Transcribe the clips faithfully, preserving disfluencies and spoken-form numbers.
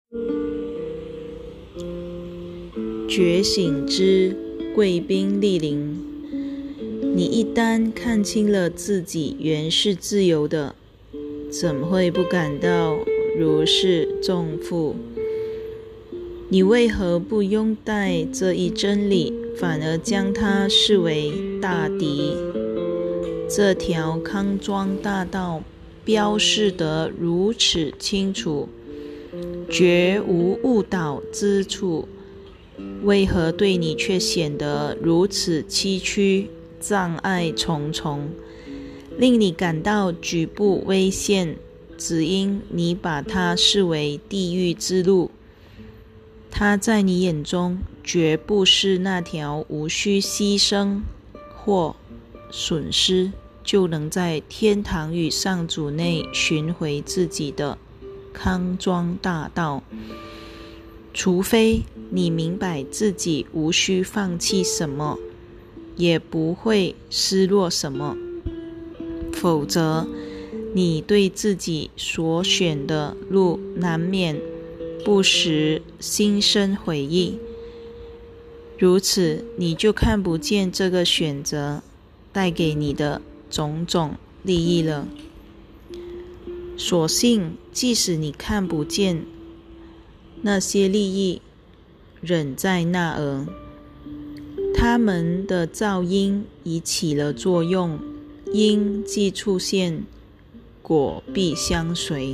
觉醒之贵宾莅临，你一旦看清了自己原是自由的，怎会不感到如释重负？你为何不拥戴这一真理，反而将它视为大敌？这条康庄大道标示得如此清楚，绝无误导之处，为何对你却显得如此崎岖，障碍重重，令你感到举步危险？只因你把它视为地狱之路。它在你眼中绝不是那条无需牺牲或损失就能在天堂与上主内寻回自己的康庄大道，除非你明白自己无需放弃什么，也不会失落什么，否则你对自己所选的路难免不时心生悔意，如此你就看不见这个选择带给你的种种利益了。所幸即使你看不见，那些利益仍在那儿，它们的噪音已起了作用，因既出现，果必相随。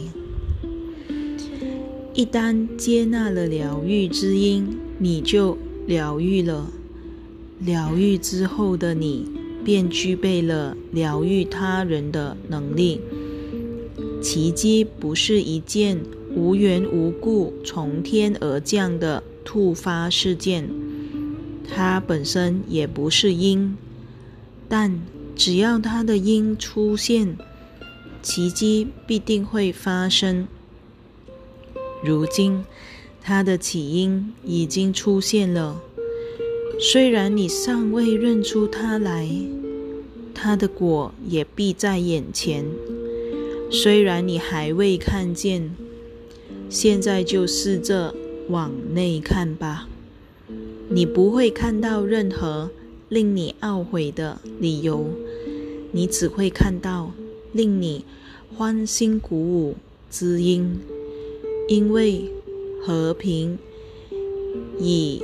一旦接纳了疗愈之音，你就疗愈了。疗愈之后的你，便具备了疗愈他人的能力。奇迹不是一件无缘无故从天而降的突发事件，它本身也不是因，但只要它的因出现，奇迹必定会发生。如今它的起因已经出现了，虽然你尚未认出它来，它的果也必在眼前。虽然你还未看见，现在就试着往内看吧。你不会看到任何令你懊悔的理由，你只会看到令你欢欣鼓舞之因，因为和平已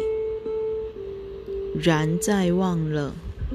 然在望了。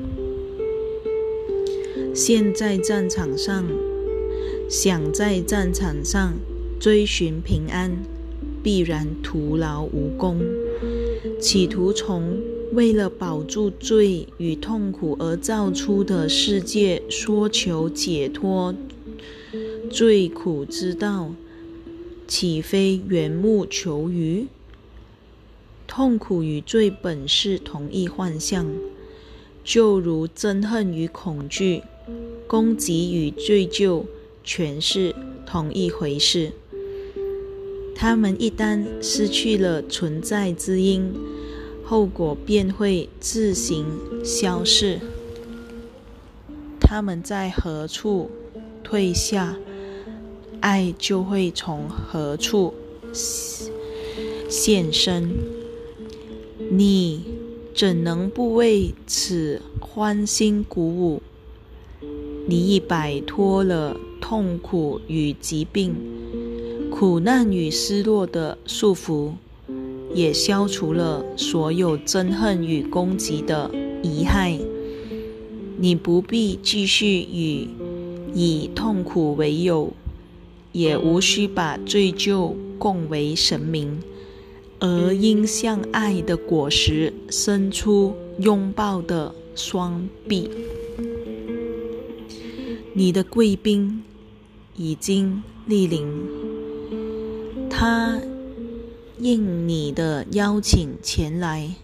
现在战场上，想在战场上追寻平安，必然徒劳无功。企图从为了保住罪与痛苦而造出的世界说求解脱罪苦之道，岂非缘木求鱼？痛苦与罪本是同一幻象，就如憎恨与恐惧，攻击与罪疚全是同一回事。他们一旦失去了存在之因，后果便会自行消逝。他们在何处退下，爱就会从何处现身。你怎能不为此欢欣鼓舞？你已摆脱了痛苦与疾病，苦难与失落的束缚，也消除了所有憎恨与攻击的贻害。你不必继续与以痛苦为友，也无需把罪疚供为神明，而应向爱的果实伸出拥抱的双臂。你的贵宾已经莅临，他应你的邀请前来，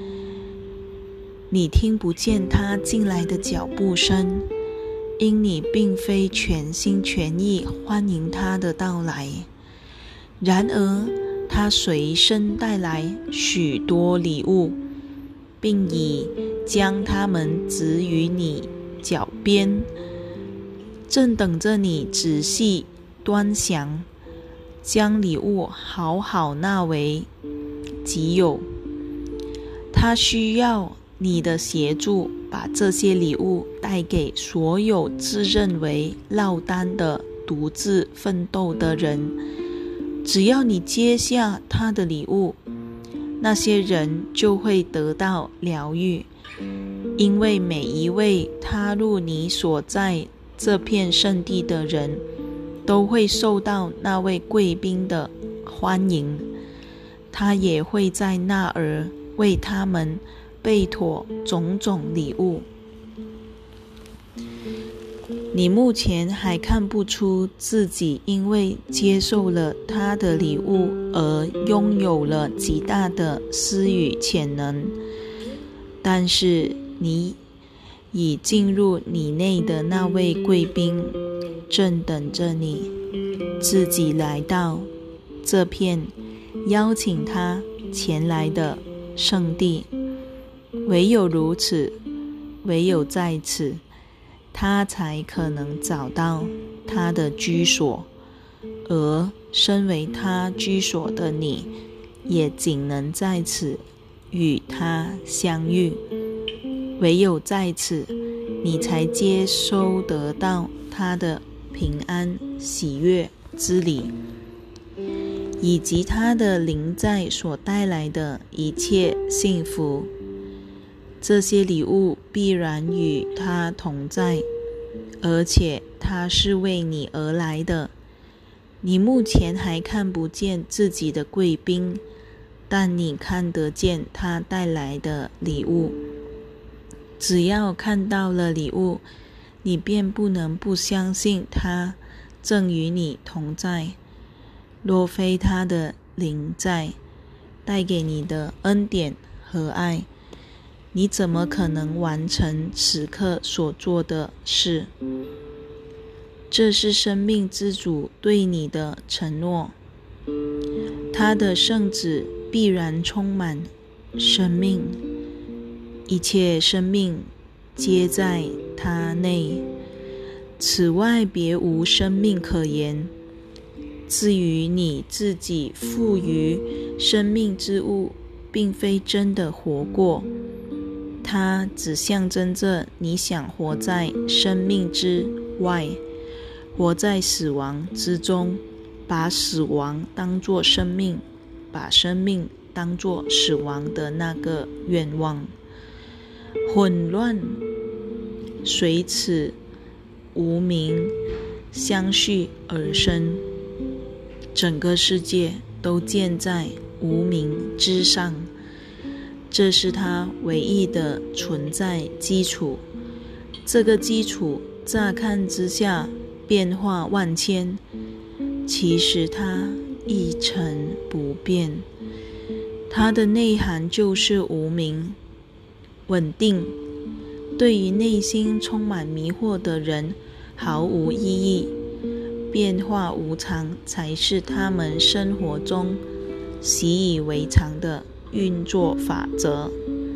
你听不见他进来的脚步声，因你并非全心全意欢迎他的到来。然而他随身带来许多礼物，并已将它们置于你脚边，正等着你仔细端详。 将礼物好好纳为己有。他需要你的协助，把这些礼物带给所有自认为落单的独自奋斗的人。只要你接下他的礼物，那些人就会得到疗愈，因为每一位踏入你所在这片圣地的人，都会受到那位贵宾的欢迎，他也会在那儿为他们备妥种种礼物。你目前还看不出自己因为接受了他的礼物而拥有了极大的私语潜能，但是你已进入你内的那位贵宾正等着你自己来到这片邀请他前来的圣地。唯有如此，唯有在此，他才可能找到他的居所，而身为他居所的你，也仅能在此与他相遇。唯有在此，你才接收得到他的平安、喜悦之礼，以及他的临在所带来的一切幸福。这些礼物必然与他同在，而且他是为你而来的。你目前还看不见自己的贵宾，但你看得见他带来的礼物。只要看到了礼物，你便不能不相信他正与你同在。若非他的临在带给你的恩典和爱，你怎么可能完成此刻所做的事？这是生命之主对你的承诺，他的圣子必然充满生命，一切生命皆在他内，此外别无生命可言。至于你自己赋予生命之物，并非真的活过，它只象征着你想活在生命之外，活在死亡之中，把死亡当作生命，把生命当作死亡的那个愿望。混乱随此无明相续而生，整个世界都建在无明之上，这是它唯一的存在基础。这个基础乍看之下变化万千，其实它一成不变。它的内涵就是无明。稳定对于内心充满迷惑的人毫无意义，变化无常才是他们生活中习以为常的运作法则。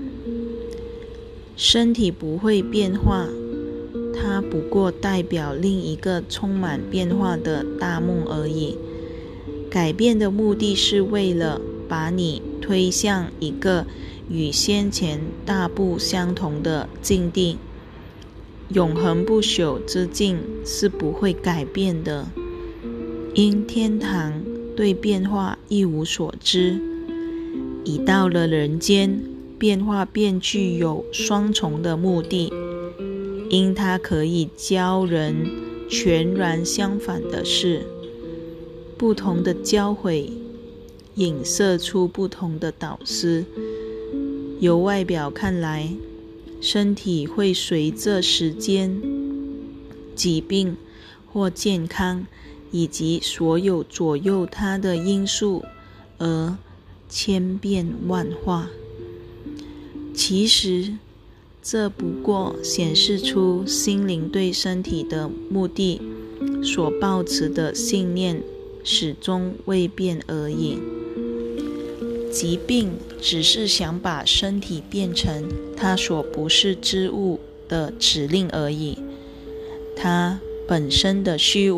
身体不会变化，它不过代表另一个充满变化的大梦而已。改变的目的是为了把你推向一个与先前大不相同的境地。永恒不朽之境是不会改变的，因天堂对变化一无所知，已到了人间，变化便具有双重的目的，因它可以教人全然相反的事。不同的教诲影射出不同的导师。由外表看来，身体会随着时间、疾病或健康以及所有左右它的因素而千变万化。其实这不过显示出心灵对身体的目的所抱持的信念始终未变而已。疾病只是想把身体变成它所不是之物的指令而已，它本身的虚无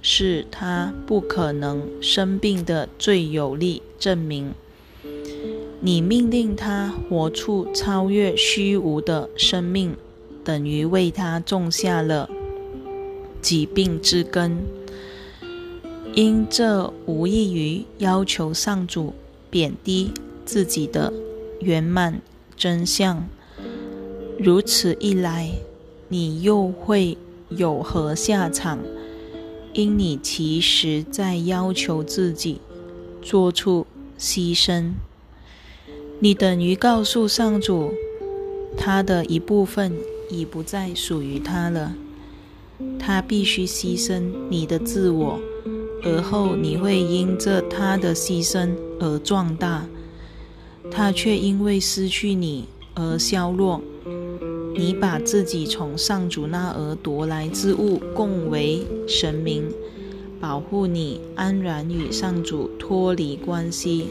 是他不可能生病的最有力证明。你命令他活出超越虚无的生命，等于为他种下了疾病之根。因这无异于要求上主贬低自己的圆满真相。如此一来，你又会有何下场？因你其实在要求自己做出牺牲。你等于告诉上主，他的一部分已不再属于他了，他必须牺牲你的自我，而后你会因着他的牺牲而壮大，他却因为失去你而消弱。你把自己从上主那儿夺来之物供为神明，保护你安然与上主脱离关系。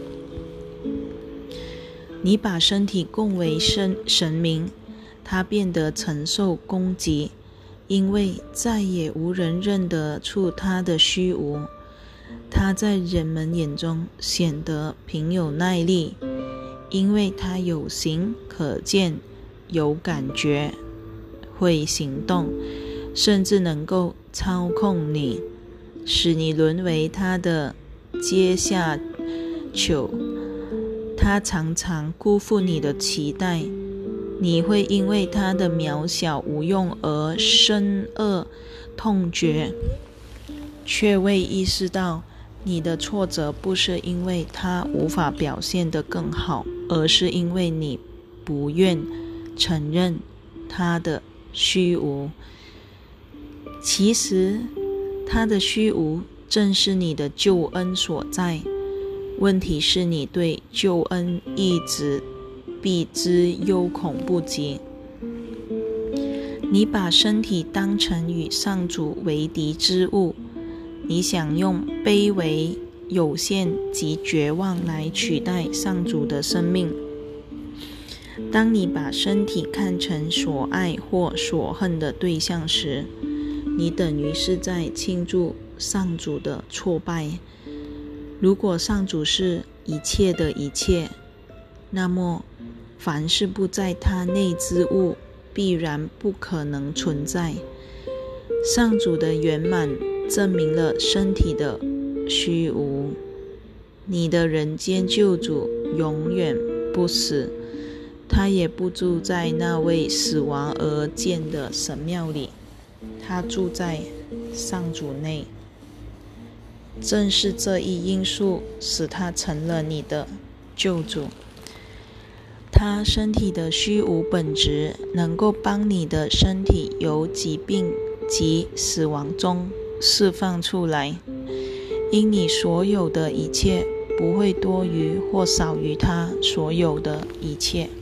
你把身体供为神神明，它变得承受攻击，因为再也无人认得出它的虚无。它在人们眼中显得凭有耐力，因为它有形可见，有感觉，会行动，甚至能够操控你，使你沦为它的阶下囚。他常常辜负你的期待，你会因为他的渺小无用而深恶痛绝，却未意识到你的挫折不是因为他无法表现得更好，而是因为你不愿承认他的虚无。其实他的虚无正是你的救恩所在，问题是你对救恩一直避之忧恐不及。你把身体当成与上主为敌之物，你想用卑微、有限及绝望来取代上主的生命。当你把身体看成所爱或所恨的对象时，你等于是在庆祝上主的挫败。如果上主是一切的一切，那么凡是不在他内之物必然不可能存在。上主的圆满证明了身体的虚无。你的人间救主永远不死，他也不住在那为死亡而建的神庙里，他住在上主内。正是这一因素使他成了你的救主。他身体的虚无本质能够帮你的身体由疾病及死亡中释放出来，因你所有的一切不会多于或少于他所有的一切。